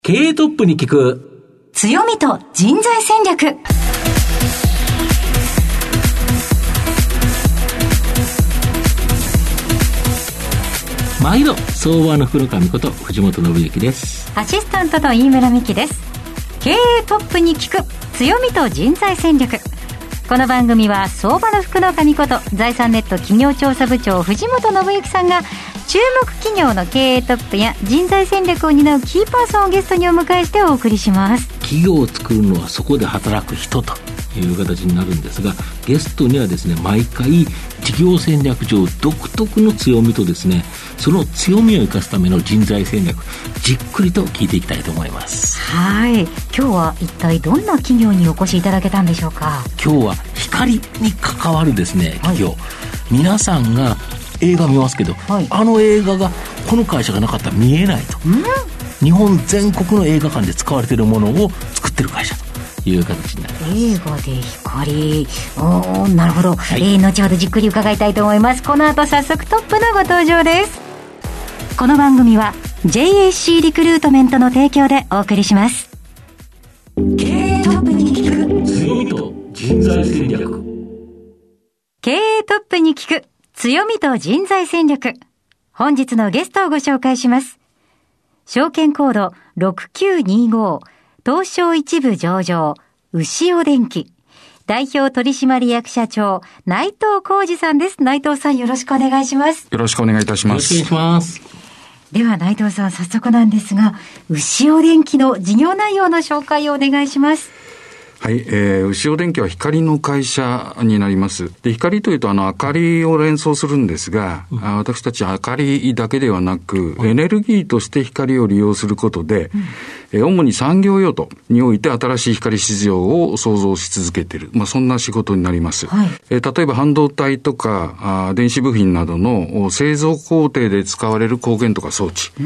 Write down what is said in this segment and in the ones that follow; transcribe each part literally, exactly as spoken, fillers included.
経営トップに聞く強みと人材戦略。 毎度相場の福の神こと藤本信之です。 アシスタントの飯村美希です。経営トップに聞く強みと人材戦略。この番組は相場の福の神こと財産ネット企業調査部長藤本信之さんが注目企業の経営トップや人材戦略を担うキーパーソンをゲストにお迎えしてお送りします。 企業を作るのはそこで働く人という形になるんですが、ゲストにはですね、毎回事業戦略上独特の強みとですね、その強みを生かすための人材戦略、じっくりと聞いていきたいと思います。 はい、今日は一体どんな企業にお越しいただけたんでしょうか。 今日は光に関わるですね、企業、はい、皆さんが映画見ますけど、はい、あの映画がこの会社がなかったら見えないと、うん、日本全国の映画館で使われているものを作ってる会社という形になります。 映画で光、おー、なるほど、はい、えー、後ほどじっくり伺いたいと思います。この後早速トップのご登場です。この番組は ジェイエーシー リクルートメントの提供でお送りします。経営トップに聞く強みと人材戦略。 経営トップに聞く強みと人材戦略。本日のゲストをご紹介します。証券コードろくきゅうにご、東証一部上場、牛尾電機。代表取締役社長、内藤浩二さんです。内藤さん、よろしくお願いします。 よろしくお願いいたします。 よろしくお願いします。 では内藤さん、早速なんですが、牛尾電機の事業内容の紹介をお願いします。 はい、えー、牛尾電機は光の会社になります。で、光というとあの明かりを連想するんですが、うん、私たち明かりだけではなく、うん、エネルギーとして光を利用することで、うん、えー、主に産業用途において新しい光市場を創造し続けている、まあ、そんな仕事になります。はい、えー、例えば半導体とかあ電子部品などの製造工程で使われる光源とか装置、うん、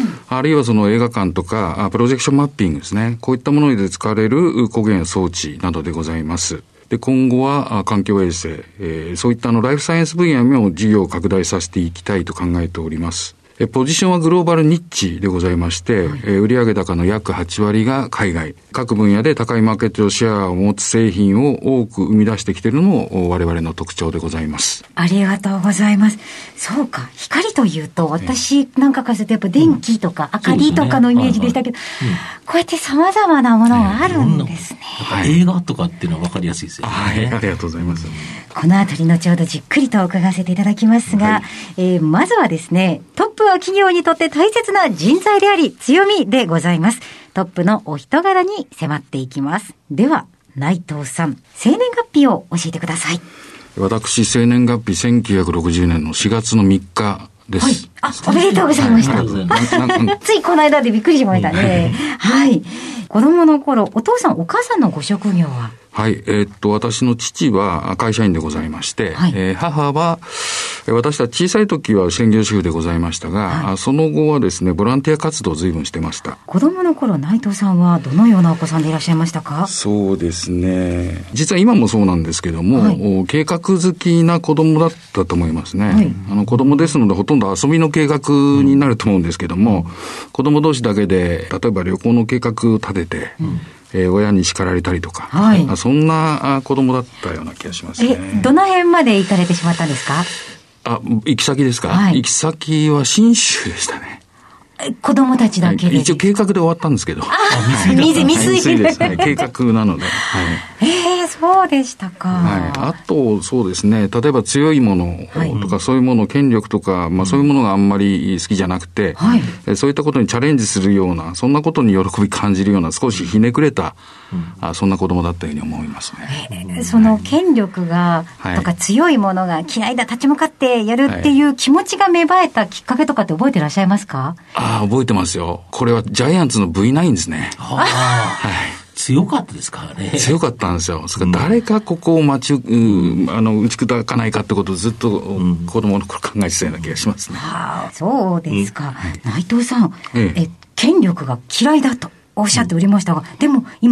あるいはその映画館とかプロジェクションマッピングですね、こういったもので使われる光源装置などでございます。で、今後は環境衛生、えー、そういったあのライフサイエンス分野にも事業を拡大させていきたいと考えております。えポジションはグローバルニッチでございまして、はい、え売上高の約はちわりが海外、各分野で高いマーケットシェアを持つ製品を多く生み出してきているのも我々の特徴でございます。 ありがとうございます。そうか、光というと私なんかからするとやっぱ電気とか明かりとかのイメージでしたけど、うん、こうやって様々なものがあるんですね。 はい、映画とかっていうのは分かりやすいですよね。 はい、ありがとうございます。 このあたり後ほどじっくりと伺わせていただきますが、はい、えー、まずはですね、トップは企業にとって大切な人材であり強みでございます。トップのお人柄に迫っていきます。では内藤さん、生年月日を教えてください。 私、生年月日せんきゅうひゃくろくじゅうねんのしがつのみっかです。 はい、あ、おめでとうございました。はい、ついこの間でびっくりしましたね。はい。子供の頃、お父さんお母さんのご職業は？ はい、えー、っと私の父は会社員でございまして、はい、えー、母は私たち小さい時は専業主婦でございましたが、はい、その後はですねボランティア活動を随分してました。 子供の頃内藤さんはどのようなお子さんでいらっしゃいましたか？ そうですね、実は今もそうなんですけども、はい、計画好きな子供だったと思いますね。はい、あの子供ですのでほとんど遊びの計画になると思うんですけども、うん、子供同士だけで例えば旅行の計画を立てて、うん、えー、親に叱られたりとか、はい、そんな子供だったような気がしますね。 え、どの辺まで行かれてしまったんですか？ あ、行き先ですか？はい、行き先は信州でしたね。 子供たちだけで、 はい、一応計画で終わったんですけど。ああ、未遂未遂です、はい、計画なので。はい、 えー、そうでしたか。 はい、あとそうですね、例えば強いものとか、はい、そういうもの、権力とか、まあ、そういうものがあんまり好きじゃなくて、はい、そういったことにチャレンジするような、そんなことに喜び感じるような少しひねくれた、うん、あそんな子供だったように思いますね。 えー、その権力が、はい、とか強いものが嫌いだ、立ち向かってやるっていう気持ちが芽生えたきっかけとかって覚えてらっしゃいますか？ ああ、覚えてますよ。これはジャイアンツの ブイナイン ですね。 はあ、はい、強かったですからね。 強かったんですよ。それから誰かここを待ち、うん、あの打ち砕かないかってことをずっと子供の頃考えてたような気がしますね。 はあ、そうですか。うん、内藤さん、ええ、え権力が嫌いだとおっしゃっておりましたが、うん、でも今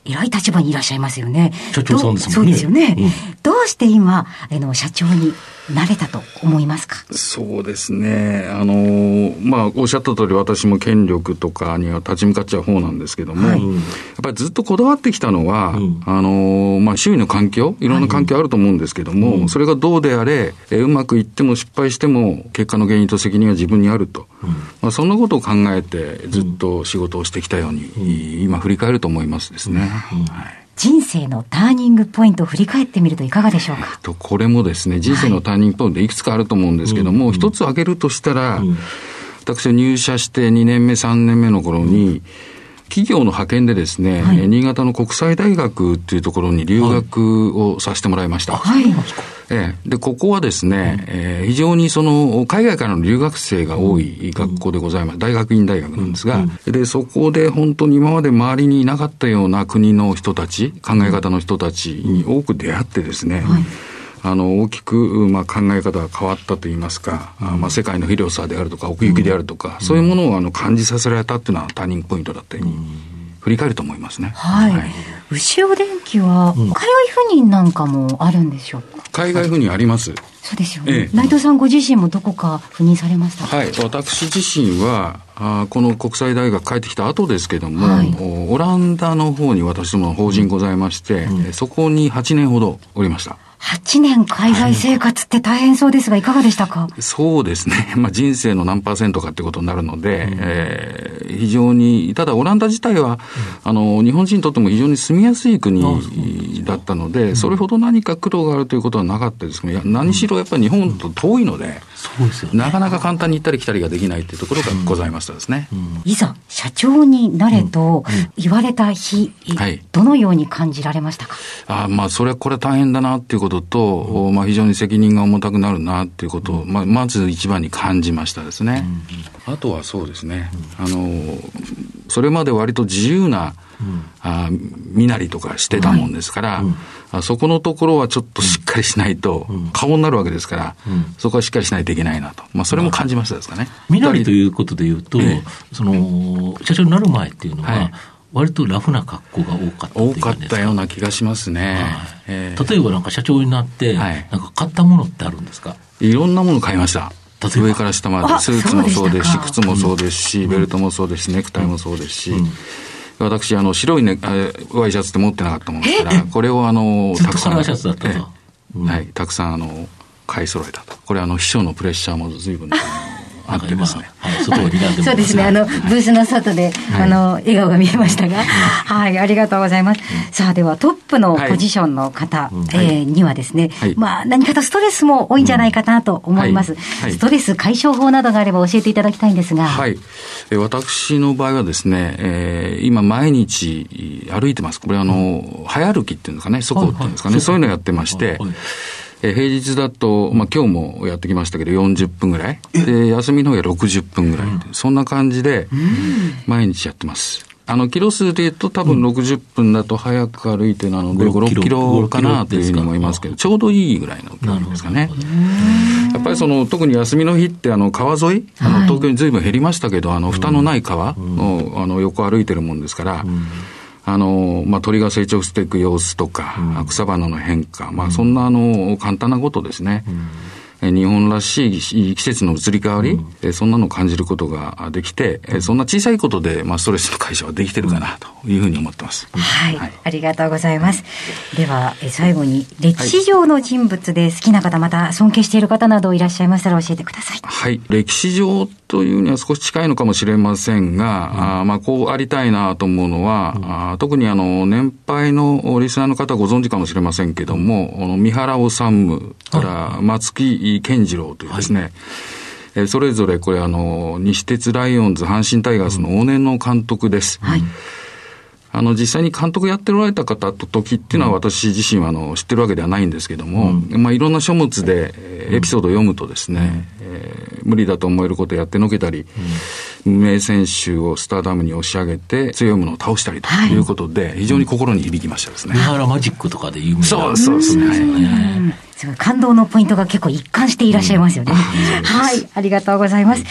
偉い立場にいらっしゃいますよね。 社長さんですもんね。 そうですよね。 うん、 どうして今、あの、社長になれたと思いますか？ そうですね。あの、まあ、おっしゃった通り私も権力とかには立ち向かっちゃう方なんですけども、はい、やっぱりずっとこだわってきたのは、うん、あの、まあ、周囲の環境、いろんな環境あると思うんですけども、はい、それがどうであれ、えうまくいっても失敗しても、結果の原因と責任は自分にあると。うん、まあ、そんなことを考えてずっと仕事をしてきたように、うん、今振り返ると思いますですね。うんうん、はい、 人生のターニングポイントを振り返ってみるといかがでしょうか？ えっと、これもですね、人生のターニングポイントいくつかあると思うんですけども、一、うん、つ挙げるとしたら、うん、私は入社してにねんめさんねんめの頃に、うん、企業の派遣でですね、はい、新潟の国際大学っていうところに留学をさせてもらいました。はい、ええ、でここはですね、うん、えー、非常にその海外からの留学生が多い学校でございます。大学院大学なんですが、うんうん、でそこで本当に今まで周りにいなかったような国の人たち、考え方の人たちに多く出会ってですね、はい、あの大きく、まあ、考え方が変わったといいますか、うん、まあ、世界の広さであるとか奥行きであるとか、うん、そういうものをあの感じさせられたっていうのはターニングポイントだったように、うん、振り返ると思いますね。 はい。はい、牛尾電機は海外赴任なんかもあるんでしょうか？ 海外赴任あります。 そうですよね。ええ、内藤さんご自身もどこか赴任されましたか？ はい。私自身はあこの国際大学帰ってきた後ですけども、はい、オランダの方に私どもの法人ございまして、うん、そこにはちねんほどおりました。 はちねん海外生活って大変そうですが、いかがでしたか？ そうですね。まあ、人生の何パーセントかってことになるので、うん、えー、非常に、ただオランダ自体は、うん、あの、日本人にとっても非常に住みやすい国だったので、うん、それほど何か苦労があるということはなかったですけど、いや何しろやっぱり日本と遠いので、うん、そうですよね、なかなか簡単に行ったり来たりができないというところがございましたですね。 うんうん、いざ、社長になれと言われた日、うんはい、どのように感じられましたか？ あまあ、それはこれ大変だなっていうことと、うんまあ、非常に責任が重たくなるなっていうことを、まあ、まず一番に感じましたですね。うん、あとはそうですね、うん、あのそれまで割と自由な、うん、あ身なりとかしてたもんですから、はいうん、あそこのところはちょっとしっかりしないと顔になるわけですから、うん、そこはしっかりしないといけないなと、まあ、それも感じましたですかね。 身なりということでいうと、ええ、その社長になる前っていうのは、はい割とラフな格好が多かった多かったような気がしますね。はいえー、例えばなんか社長になって、はい、なんか買ったものってあるんですか？ いろんなもの買いました。上から下までスーツもそうですし靴もそうですし、うん、ベルトもそうですしネクタイもそうですし、うん、私あの白い、ね、ワイシャツって持ってなかったものですからこれをあのたくさんワイシャツだったと、 うん、はいたくさんあの買い揃えたと。これあの秘書のプレッシャーも随分あってですね。 はい、外を睨んでます。 そうですね。あの、ブースの外で、はい、あの、笑顔が見えましたが、はい、ありがとうございます。うん、さあ、ではトップのポジションの方、はいえー、にはですね、はい、まあ、何かとストレスも多いんじゃないかなと思います。うんはい、ストレス解消法などがあれば教えていただきたいんですが。 はい。え私の場合はですね、えー、今毎日歩いてます。これあの、早歩きっていうんですかね、速歩っていうんですかね、はいはい、そういうのをやってまして、はいはいえ平日だと、まあ、今日もやってきましたけどよんじゅっぷんぐらいで休みの日はろくじゅっぷんぐらい、うん、そんな感じで毎日やってます。あのキロ数で言うと多分ろくじゅっぷんだと早く歩いてなのでご、ろっキロかなというふうに思いますけどちょうどいいぐらいの距離ですかね。やっぱりその特に休みの日ってあの川沿いあの東京に随分減りましたけどあの蓋のない川の、あの横歩いてるもんですから、うんあの、まあ、鳥が成長していく様子とか、うん、草花の変化、まあ、そんなあの、簡単なことですね。うん日本らしい季節の移り変わり、うん、そんなのを感じることができて、うん、そんな小さいことで、まあ、ストレスの解消はできてるかなというふうに思ってます。 はい、はい、ありがとうございます。では最後に歴史上の人物で好きな方、また尊敬している方などいらっしゃいましたら教えてください。 はい、歴史上というには少し近いのかもしれませんが、うん、あまあこうありたいなと思うのは、うん、あ特にあの年配のリスナーの方ご存知かもしれませんけども、うん、三原治から松木健次郎というですね、はいえー、それぞれこれあの西鉄ライオンズ阪神タイガースの往年の監督です、うんはい、あの実際に監督やっておられた方と時っていうのは私自身はあの知ってるわけではないんですけども、うんまあ、いろんな書物でエピソードを読むとですね、うんえー、無理だと思えることをやってのけたり、うん、名選手をスターダムに押し上げて強いものを倒したりということで、はい、非常に心に響きましたですね。 三原マジックとかで有名なそうそうですね、ねすごい感動のポイントが結構一貫していらっしゃいますよね、うん、はいありがとうございます、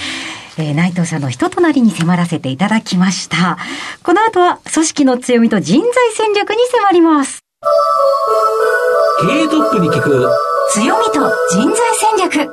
えー、内藤さんの人となりに迫らせていただきました。この後は組織の強みと人材戦略に迫ります。 経営トップに聞く強みと人材戦略。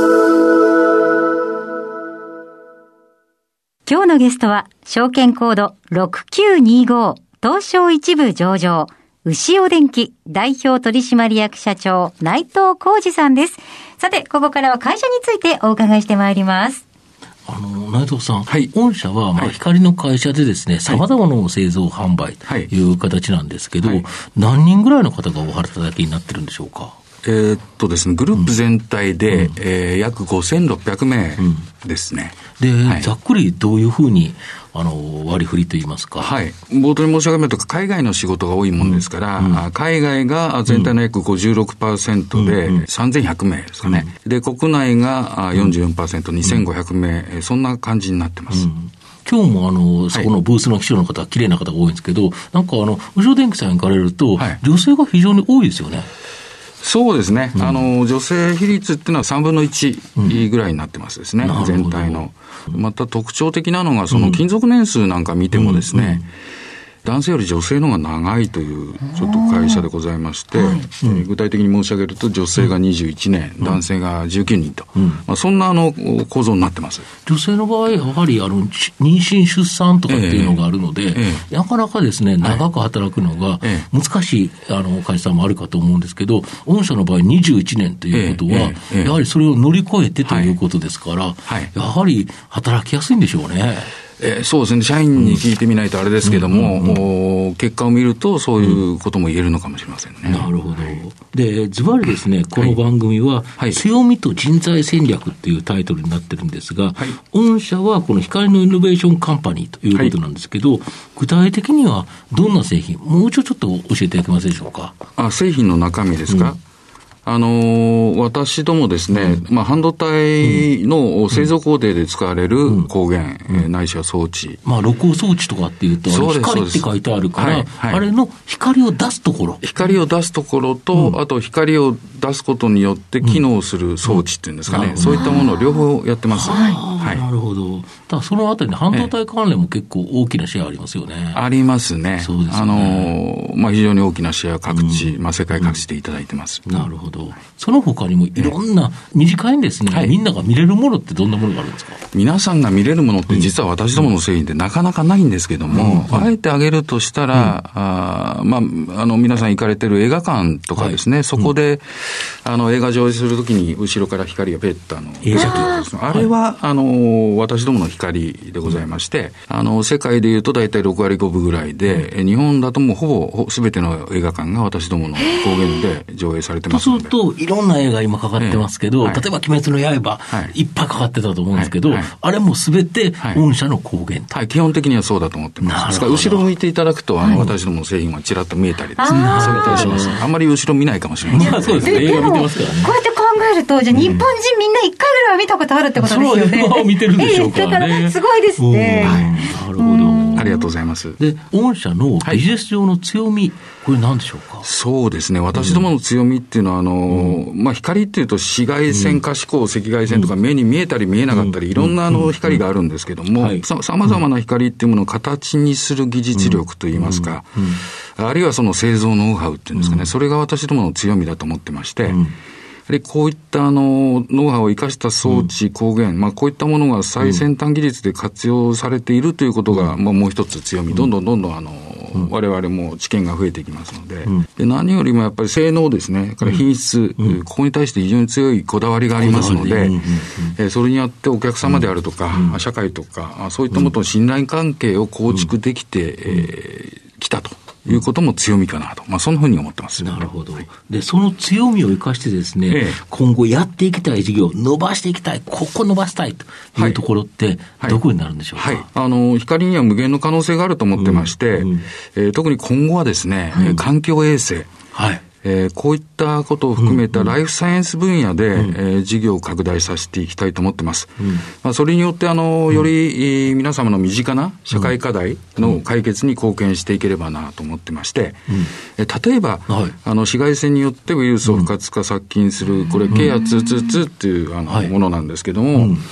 今日のゲストは証券コードろくきゅうにご東証一部上場牛尾電機代表取締役社長内藤浩二さんです。さてここからは会社についてお伺いしてまいります。 あの内藤さん、 はい、 御社は、まあ、光の会社でですね、さまざまな製造販売という形なんですけど、はいはい、何人ぐらいの方がお働きになってるんでしょうか。 えー、っとですね、グループ全体で、うんえー、約ごせんろっぴゃくめいですね。 うん、で、はい、ざっくりどういうふうにあの割り振りといいますか。 はい。冒頭に申し上げると海外の仕事が多いもんですから、うんうん、海外が全体の約 ごじゅうろくパーセント で、うんうん、さんぜんひゃくめいですかね。うん、で、国内が よんじゅうよんパーセント、にせんごひゃくめい、そんな感じになってます。うん今日もあのそこのブースの記者の方は綺麗な方が多いんですけど、なんかあの牛尾電機さんに行かれると、はい、女性が非常に多いですよね。 そうですね、うん、あの女性比率っていうのはさんぶんのいちぐらいになってますですね、うん、全体の。また特徴的なのがその勤続年数なんか見てもですね、うんうんうん男性より女性の方が長いというちょっと会社でございまして、はいえー、具体的に申し上げると女性がにじゅういちねん、うん、男性がじゅうきゅうにんと、うんまあ、そんなあの構造になってます。 女性の場合やはりあの妊娠出産とかっていうのがあるので、えーえー、なかなかですね長く働くのが難しいあの会社さんもあるかと思うんですけど、御社の場合にじゅういちねんということは、えーえー、やはりそれを乗り越えてということですから、はいはい、やはり働きやすいんでしょうね。 えー、そうですね、社員に聞いてみないとあれですけども、うんうんうん、結果を見るとそういうことも言えるのかもしれませんね。 なるほど。でズバリですね、この番組は、はい、強みと人材戦略っていうタイトルになってるんですが、はい、御社はこの光のイノベーションカンパニーということなんですけど、はい、具体的にはどんな製品、もうちょっと教えていただけますでしょうか。 あ、製品の中身ですか。うんあのー、私どもですね、うんまあ、半導体の製造工程で使われる光源、うんうん、ないしは装置、 まあ、露光装置とかっていうと光って書いてあるから、はいはい、あれの光を出すところ光を出すところと、うん、あと光を出すことによって機能する装置っていうんですかね、うんうん、そういったものを両方やってます。 はいはい、なるほど。ただそのあたりに半導体関連も結構大きなシェアありますよね。ええ、 ありますね。 そうですね。 あのー、まあ、非常に大きなシェア各地、うんまあ、世界各地でいただいてます。 うん、なるほど。その他にもいろんな短いんですね、はい、みんなが見れるものってどんなものがあるんですか。 皆さんが見れるものって実は私どもの製品ってなかなかないんですけども、うんうん、あえて挙げるとしたら、うんあまあ、あの皆さん行かれてる映画館とかですね、はい、そこで、うん、あの映画上映するときに後ろから光がペッとあの映写機ですね、あれは、はい、あの私どもの光でございまして、うん、あの世界でいうと大体ろくわりごぶぐらいで、うん、日本だともうほぼすべての映画館が私どもの光源で上映されてますので。 とするといろんな映画今かかってますけど、はい、例えば鬼滅の刃、はい、いっぱいかかってたと思うんですけど、はいはい、あれもすべて御社の光源と、 はいはい、基本的にはそうだと思ってます。ですから後ろ向いていただくとあの、はい、私どもの製品がちらっと見えたりですね、そういったりします。あんまり後ろ見ないかもしれません、 まあ、そうですね、映画見てますからね。 こうやって考えるとじゃあ日本人みんないっかいぐらいは見たことあるってことですよね。 その映画を見てるでしょうからね、 えー、だからすごいですね、 はい、 なるほど。 ありがとうございます。 で御社のビジネス上の強み、はい、これ何でしょうか。 そうですね、私どもの強みっていうのはあの、うんまあ、光っていうと紫外線、可視光、赤外線とか目に見えたり見えなかったり、うん、いろんなあの光があるんですけども、うんはい、さまざまな光っていうものを形にする技術力といいますか、うんうん、あるいはその製造ノウハウっていうんですかね、うん、それが私どもの強みだと思ってまして、うんでこういったあのノウハウを生かした装置、うん、光源、まあ、こういったものが最先端技術で活用されているということが、うんまあ、もう一つ強み、どんどんどんどんあの、うん、我々も知見が増えていきますので、うん、で何よりもやっぱり性能ですね、から品質、うん、ここに対して非常に強いこだわりがありますので、うんうんえー、それによってお客様であるとか、うん、社会とかそういったものとの信頼関係を構築できてき、うんえー、たということも強みかなと、まあ、そんなふうに思ってます。 なるほど。でその強みを生かしてですね、ええ、今後やっていきたい事業、伸ばしていきたい、ここ伸ばしたいというところって、はい、どこになるんでしょうか。 はいはい、あの光には無限の可能性があると思ってまして、うんうんえー、特に今後はですね、うん、環境衛生、はいえー、こういったことを含めたライフサイエンス分野で、うんうんえー、事業を拡大させていきたいと思ってます。うんまあ、それによってあのより、うん、皆様の身近な社会課題の解決に貢献していければなと思ってまして、うんえー、例えば、はい、あの紫外線によってウイルスを不活化殺菌する、これケアにひゃくにじゅうにっていうあの、はい、ものなんですけども、うん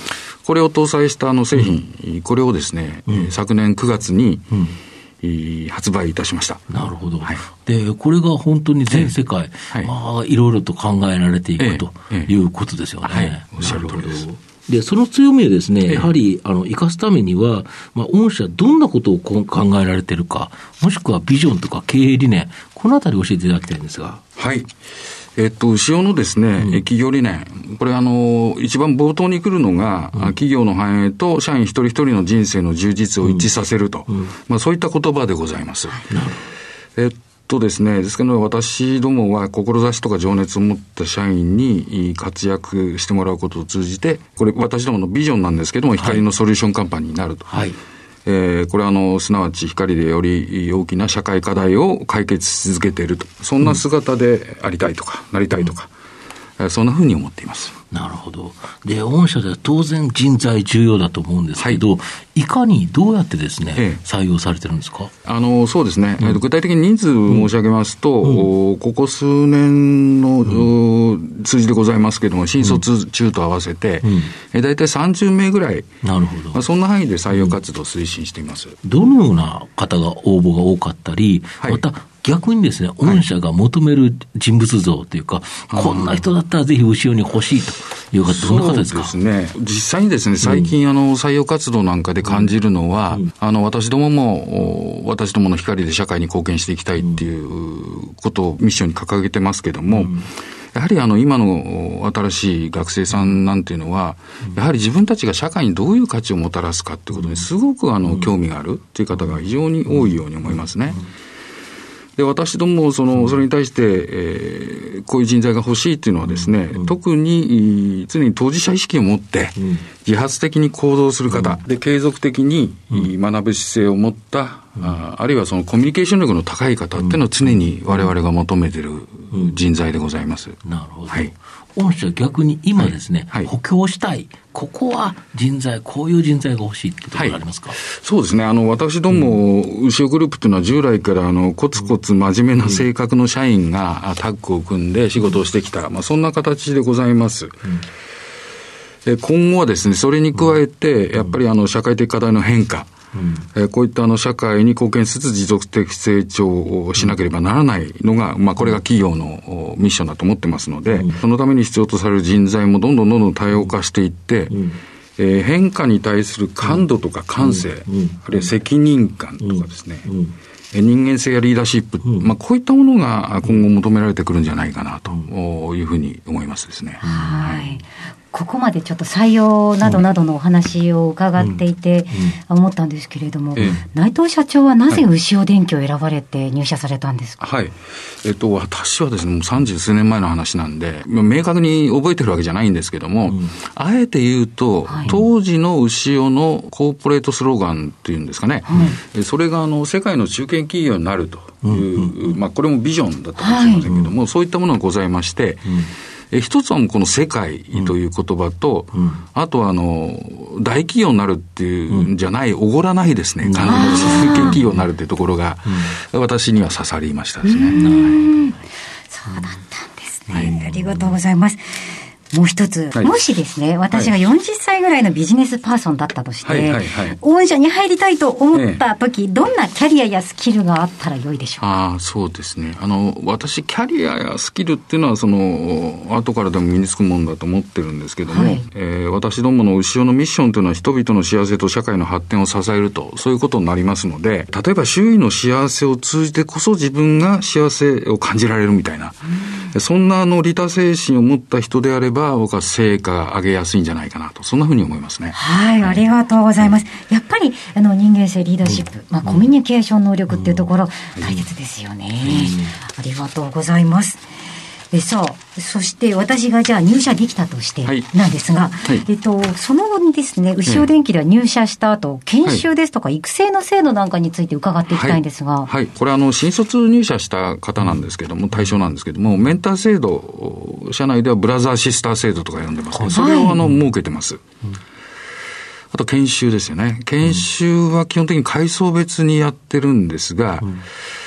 これを搭載したあの製品、うん、これをですね、うん、昨年くがつに、うん発売いたしました。 なるほど、はい、でこれが本当に全世界、ええまあ、いろいろと考えられていく、ええ、ということですよね、 はい、おっしゃる通りです。 でその強みをですね、ええ、やはりあの生かすためには、まあ、御社どんなことを考えられているか、もしくはビジョンとか経営理念、このあたり教えていただきたいんですが。 はい、えっと、牛尾のですね、うん、企業理念、これあの、一番冒頭に来るのが、うん、企業の繁栄と社員一人一人の人生の充実を一致させると、うんうんまあ、そういった言葉でございます。えっとですね、ですけど私どもは志とか情熱を持った社員に活躍してもらうことを通じて、これ私どものビジョンなんですけども、光のソリューションカンパニーになると。はいえー、これはあのすなわち光でより大きな社会課題を解決し続けていると、そんな姿でありたいとか、うん、なりたいとか、うん、そんなふうに思っています。 なるほど。で御社では当然人材重要だと思うんですけど、はい、いかにどうやってですね、ええ、採用されてるんですか？ あのそうですね、うん、具体的に人数申し上げますと、うん、ここ数年の、うん、数字でございますけれども、新卒中と合わせて、うんえ大体さんじゅうめいぐらい、 なるほど、 まあ、そんな範囲で採用活動を推進しています。 どのような方が応募が多かったり、はい、また逆にですね、御社が求める人物像というか、はい、こんな人だったらぜひ後ろに欲しいという方、どんな方ですか？ そうですね、実際にですね、最近、うん、あの採用活動なんかで感じるのは、うん、あの私どもも私どもの光で社会に貢献していきたいっていうことをミッションに掲げてますけども、うんやはりあの今の新しい学生さんなんていうのは、やはり自分たちが社会にどういう価値をもたらすかっていうことにすごくあの興味があるっていう方が非常に多いように思いますね。で私どもそのそれに対して、えー、こういう人材が欲しいっていうのはですね、うん、特に常に当事者意識を持って自発的に行動する方、うん、で継続的に学ぶ姿勢を持った、うん、あ, あるいはそのコミュニケーション力の高い方っていうのは常に我々が求めている人材でございます。 うん、なるほど。はい。御社逆に今ですね、はいはい、補強したい、ここは人材、こういう人材が欲しいってところありますか？はい、 そうですね、あの私ども、うん、牛尾グループというのは従来からあのコツコツ真面目な性格の社員がタッグを組んで仕事をしてきた、まあ、そんな形でございます。うん、今後はですね、それに加えてやっぱりあの社会的課題の変化、うんえー、こういったあの社会に貢献しつつ持続的成長をしなければならないのが、まあ、これが企業のミッションだと思ってますので、うん、そのために必要とされる人材もどんどんどんどん多様化していって、うんえー、変化に対する感度とか感性、うんうん、あるいは責任感とかですね、うんうん人間性やリーダーシップ、うんまあ、こういったものが今後求められてくるんじゃないかなというふうに思いますですね。 はい、はい、ここまでちょっと採用などなどのお話を伺っていて思ったんですけれども、うんうんうん、内藤社長はなぜ牛尾電機を選ばれて入社されたんですか？ はい、えっと、私はですねもう三十数年前の話なんで明確に覚えてるわけじゃないんですけども、うん、あえて言うと、はい、当時の牛尾のコーポレートスローガンっていうんですかね、はい、それがあの世界の中堅企業になるという、うんうんまあ、これもビジョンだったかもしれませんけども、はい、そういったものがございまして、うんえ一つはこの世界という言葉と、うん、あとはあの大企業になるっていうんじゃない、おごらないですね、うん、中堅企業になるというところが、うん、私には刺さりましたですね。 うんそうだったんですね、はい、ありがとうございます。もう一つ、はい、もしですね私がよんじゅっさいぐらいのビジネスパーソンだったとして、はいはいはいはい、御社に入りたいと思った時、ええ、どんなキャリアやスキルがあったら良いでしょうか？ ああそうですね、あの私キャリアやスキルっていうのはその後からでも身につくものだと思ってるんですけども、はいえー、私どもの牛尾のミッションというのは人々の幸せと社会の発展を支えると、そういうことになりますので、例えば周囲の幸せを通じてこそ自分が幸せを感じられるみたいな、うん、そんなあの利他精神を持った人であれば僕は成果が上げやすいんじゃないかなと、そんなふうに思いますね。 はい、ありがとうございます。うん、やっぱりあの人間性、リーダーシップ、うんまあ、コミュニケーション能力っていうところ、うん、大切ですよね、うん、ありがとうございます。でさあ、そして私がじゃあ入社できたとしてなんですが、はいはい、えっと、その後にですね、牛尾電機では入社した後、研修ですとか育成の制度なんかについて伺っていきたいんですが、はいはい、これあの新卒入社した方なんですけども、対象なんですけども、メンター制度、社内ではブラザーシスター制度とか呼んでますけど、はい、それをあの設けてます。うん、あと研修ですよね。研修は基本的に階層別にやってるんですが、うん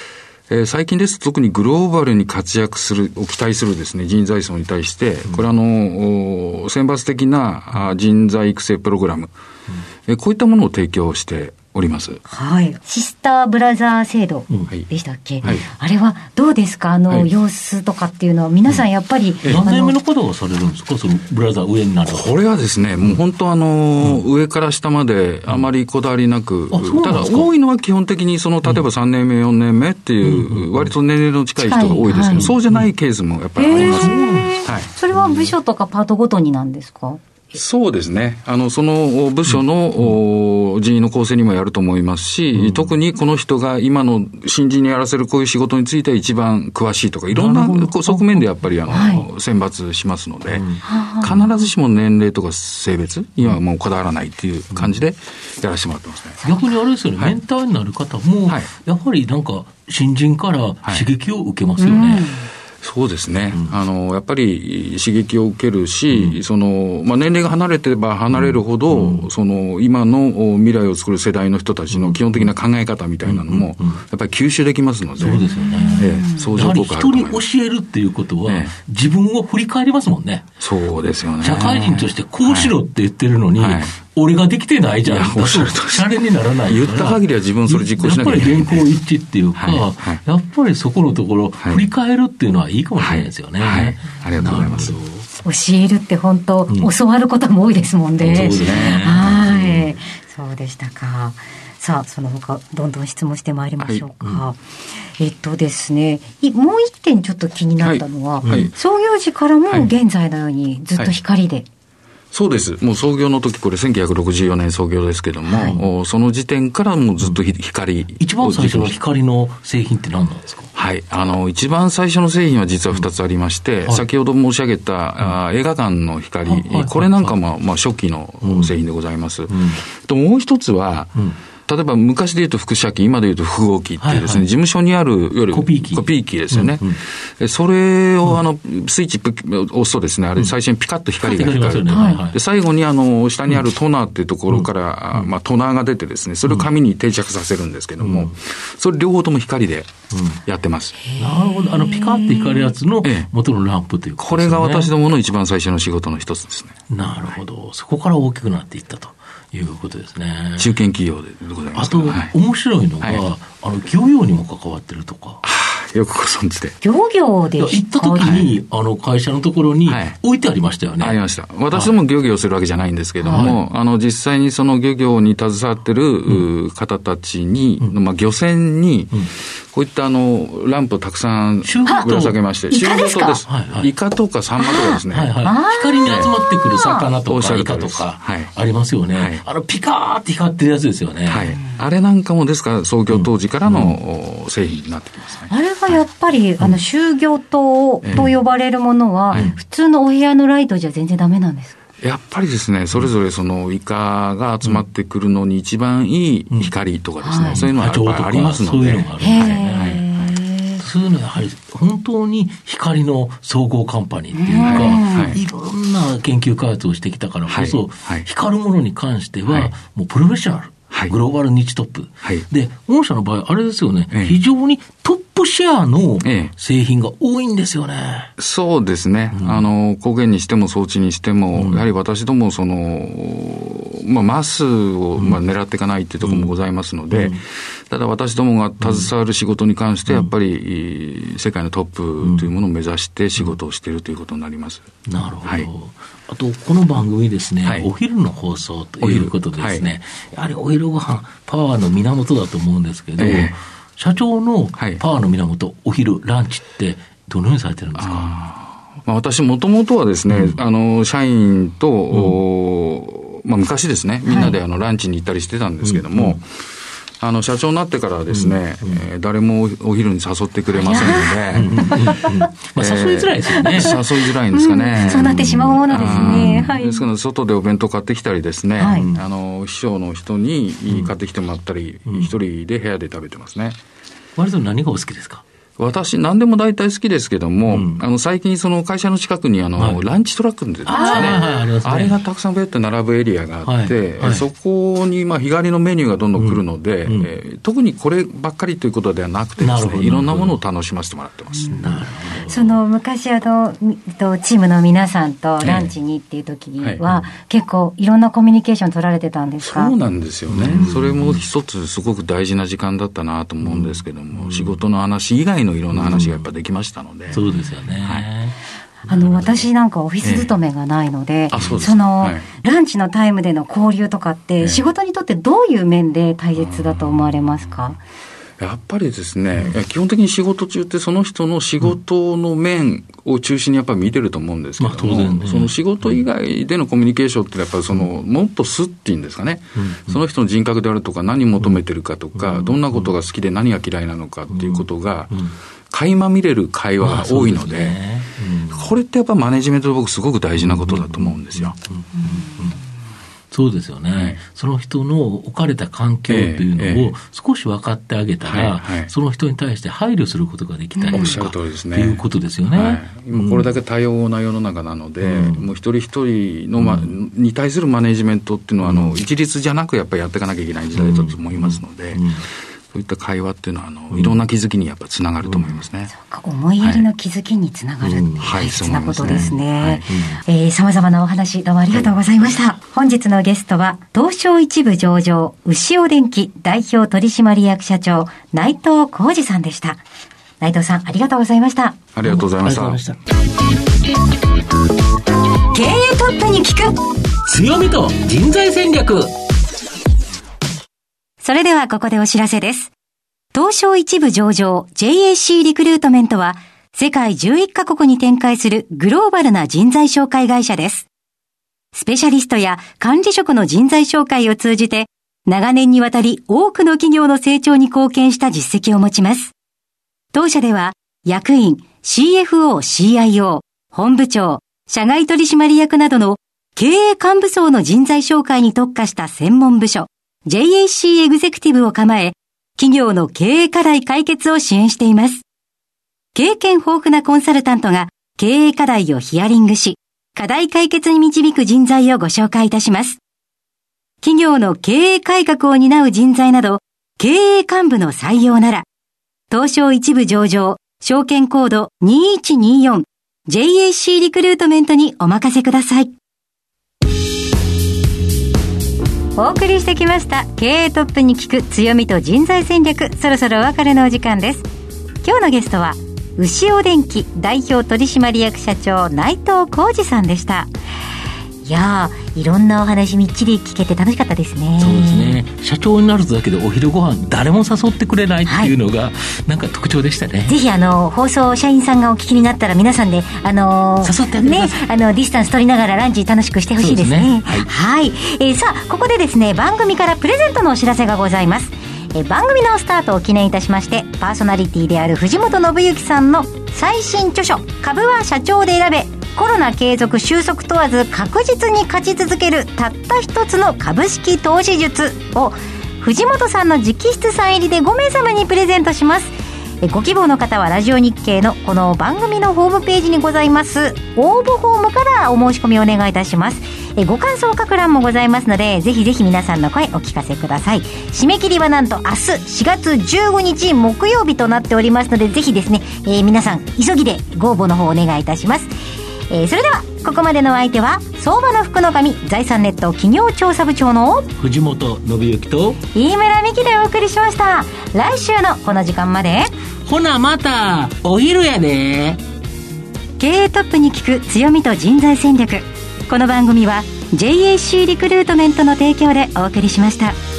えー、最近ですと特にグローバルに活躍する、を期待するですね、人材層に対して、これあの、選抜的な人材育成プログラム、うん、えー、こういったものを提供しております。 はい。シスターブラザー制度でしたっけ、うん、はい、あれはどうですか、あの、はい、様子とかっていうのは皆さんやっぱり、 うん、何年目のことがされるんですか、そのブラザー上になる。 これはですね、もう本当あの、うん、上から下まであまりこだわりなく、うん、ただ多いのは基本的にその例えばさんねんめ、よねんめっていう、割と年齢の近い人が多いですけど、はい、そうじゃないケースもやっぱりあります、ね、 はい、それは部署とかパートごとになんですか？ そうですね。あの、その部署の、うん、人員の構成にもやると思いますし、うん、特にこの人が今の新人にやらせるこういう仕事については一番詳しいとか、いろんな側面でやっぱりあの、はい、選抜しますので、うん、必ずしも年齢とか性別にはもうこだわらないっていう感じでやらせてもらってますね。 逆にあれですよね、はい、メンターになる方も、はい、やはりなんか新人から刺激を受けますよね。はい、うん、 そうですね、うん、あのやっぱり刺激を受けるし、うん、そのまあ、年齢が離れてれば離れるほど、うん、その今の未来を作る世代の人たちの基本的な考え方みたいなのも、うんうん、やっぱり吸収できますので、 そうですよね、 ええ、相乗効果あると思います。 やはり人に教えるっていうことは、ええ、自分を振り返りますもんね。 そうですよね。 社会人としてこうしろって言ってるのに、はいはい、俺ができてないじゃん。シャレにならないから。 言った限りは自分それ実行しなきゃいけない。 やっぱり原稿一致っていうか、はいはい、やっぱりそこのところ、はい、振り返るっていうのはいいかもしれないですよね。はいはい、 ありがとうございます。 教えるって本当、うん、教わることも多いですもんね。 そうですね。 はい。そうでしたか。さあ、その他どんどん質問してまいりましょうか。はい、うん、えっとですね、もう一点ちょっと気になったのは、はいはい、創業時からも現在のようにずっと光で、はいはい、 そうです。もう創業の時、これせんきゅうひゃくろくじゅうよねん創業ですけども、はい、その時点からもうずっと光、うん、 一番最初の光の製品って何なんですか？ はい。あの、一番最初の製品は実はふたつありまして、うん、はい、先ほど申し上げた、うん、あ映画館の光、はいはい、これなんかも、まあ、初期の製品でございます。うんうん、ともう一つは、うん、例えば昔で言うと輻射機、今で言うと複合機ってですね、はいはい、事務所にあるいわゆるコピー機、 コピー機ですよね。うんうん、それをあのスイッチを押すとですね、あれ最初にピカッと光が光る。うん、はいはい、で最後にあの下にあるトナーっていうところから、うん、まあ、トナーが出てですね、それを紙に定着させるんですけども、うん、それ両方とも光でやってます。 うん、なるほど。あのピカッて光るやつの元のランプということですね。 これが私どもの一番最初の仕事の一つですね。 なるほど。そこから大きくなっていったということですね。 中堅企業でございます。 あと、はい、面白いのが、はい、あの漁業にも関わってるとか。 よくご存知で。 漁業で行った時に、はい、あの会社のところに置いてありましたよね。 はい、ありました。私ども漁業するわけじゃないんですけども、はい、あの実際にその漁業に携わってる、うん、方たちに、うん、まあ、漁船に、うん、こういったあのランプをたくさんぶら下げまして、 イカですか？ です。はいはい、イカとかサンマとかですね。はいはい、光に集まってくる魚とかイカとかありますよね。はい、あのピカーって光ってるやつですよね。 はい、あれなんかもですから創業当時からの、うん、製品になってきますね。 あれはやっぱり、はい、あの集魚灯と呼ばれるものは、えー、普通のお部屋のライトじゃ全然ダメなんですか？ やっぱりですね、それぞれそのイカが集まってくるのに一番いい光とかですね、うん、そういうのはやっぱりありますので、そういうのがあるんですね。はい、 そういうのはやはり本当に光の総合カンパニーっていうか、はい、いろんな研究開発をしてきたからこそ、はいはい、光るものに関しては、はい、もうプロフェッショナル、はい、グローバルニッチトップ、はい、で御社の場合あれですよね、ええ、非常にトップシェアの製品が多いんですよね。 ええ、そうですね、うん、あの光源にしても装置にしても、うん、やはり私どもその、まあ、マスを、まあ、狙っていかないっていうところもございますので、うん、ただ私どもが携わる仕事に関してやっぱり世界のトップというものを目指して仕事をしているということになります。 うん、なるほど。はい、あとこの番組ですね、はい、お昼の放送ということでですね、はい、やはりお昼ご飯パワーの源だと思うんですけど、えー、社長のパワーの源、はい、お昼ランチってどのようにされてるんですか？ あ、まあ、私もともとはですね、うん、あの社員と、うん、まあ、昔ですねみんなであのランチに行ったりしてたんですけども、うんうん、あの社長になってからはですね、うんうん、えー、誰もお昼に誘ってくれませんので、まあ、 誘いづらいですよね。誘いづらいんですかね。 うん、そうなってしまうものですね。はい、 ですから外でお弁当買ってきたりですね、はい、あの秘書の人に買ってきてもらったり、うん、一人で部屋で食べてますね。 割と何がお好きですか？ 私何でも大体好きですけども、うん、あの最近その会社の近くにあの、はい、ランチトラックですね、あ, あ, ねあれがたくさんベッド並ぶエリアがあって、はいはい、そこにまあ日帰りのメニューがどんどん来るので、うんうんえー、特にこればっかりということではなくてですね、いろんなものを楽しませてもらってます。なるほど。 その昔あのチームの皆さんとランチにっていう時は、えーはい、結構いろんなコミュニケーション取られてたんですか？ そうなんですよね、うん、それも一つすごく大事な時間だったなと思うんですけども、うん、仕事の話以外のいろんな話がやっぱできましたので、 うん、そうですよね、はい、 あの私なんかオフィス勤めがないので、えー、そ, その、はい、ランチのタイムでの交流とかって仕事にとってどういう面で大切だと思われますか？ やっぱりですね、うん、基本的に仕事中ってその人の仕事の面を中心にやっぱり見てると思うんですけども、まあ当然ね、その仕事以外でのコミュニケーションってやっぱりそのもっと素っていうんですかね、うん、その人の人格であるとか何求めてるかとか、うん、どんなことが好きで何が嫌いなのかっていうことが、うんうん垣間見れる会話が多いので、まあねうん、これってやっぱマネジメントで僕すごく大事なことだと思うんですよ。 うんうんうんうんそうですよね、はい、その人の置かれた環境というのを少し分かってあげたら、えーえーはいはい、その人に対して配慮することができたりとか、うん、おっしゃる通りですね、ということですよね、はい、 今これだけ多様な世の中なので、うん、もう一人一人の、ま、うん、に対するマネジメントっていうのはあの、うん、一律じゃなくやっぱりやっていかなきゃいけない時代だと思いますので、うんうんそういった会話っていうのはあの、うん、いろんな気づきにやっぱりつながると思いますね、うん、そうか思いやりの気づきにつながるっていう大切なことですね。さまざまなお話どうもありがとうございました、はい、本日のゲストは東証一部上場牛尾電機代表取締役社長内藤浩二さんでした。内藤さんありがとうございました。 ありがとうございました。 経営トップに聞く強みと人材戦略。 それではここでお知らせです。東証一部上場 ジェイエーシー リクルートメントは世界じゅういっカ国に展開するグローバルな人材紹介会社です。スペシャリストや管理職の人材紹介を通じて長年にわたり多くの企業の成長に貢献した実績を持ちます。当社では役員、シーエフオー、シーアイオー、本部長、社外取締役などの経営幹部層の人材紹介に特化した専門部署ジェイエーシー エグゼクティブを構え、企業の経営課題解決を支援しています。経験豊富なコンサルタントが経営課題をヒアリングし、課題解決に導く人材をご紹介いたします。企業の経営改革を担う人材など、経営幹部の採用なら、東証一部上場、証券コードにいちによん、ジェイエーシー リクルートメントにお任せください。お送りしてきました経営トップに聞く強みと人材戦略、そろそろお別れのお時間です。今日のゲストは牛尾電機代表取締役社長内藤浩二さんでした。いやーいろんなお話みっちり聞けて楽しかったですね。 そうですね。社長になるだけでお昼ご飯誰も誘ってくれないっていうのが、はい、なんか特徴でしたね。 ぜひあの放送社員さんがお聞きになったら皆さんであのー、誘ってあげてください、 ね、あのディスタンス取りながらランチ楽しくしてほしいですね。そうですね。はい、はいえー、さあここでですね番組からプレゼントのお知らせがございます。え番組のスタートを記念いたしましてパーソナリティである藤本信之さんの最新著書株は社長で選べコロナ継続収束問わず確実に勝ち続けるたった一つの株式投資術を藤本さんの直筆サイン入りでごめいさまにプレゼントします。えご希望の方はラジオ日経のこの番組のホームページにございます応募フォームからお申し込みをお願いいたします。えご感想書く欄もございますのでぜひぜひ皆さんの声お聞かせください。締め切りはなんと明日しがつじゅうごにち木曜日となっておりますのでぜひですね、えー、皆さん急ぎでご応募の方お願いいたします。えー、それではここまでのお相手は相場の福の神財産ネット企業調査部長の藤本信之と飯村美希でお送りしました。来週のこの時間までほなまたお昼やで。 経営トップに聞く強みと人材戦略。この番組は ジェイエーシー リクルートメントの提供でお送りしました。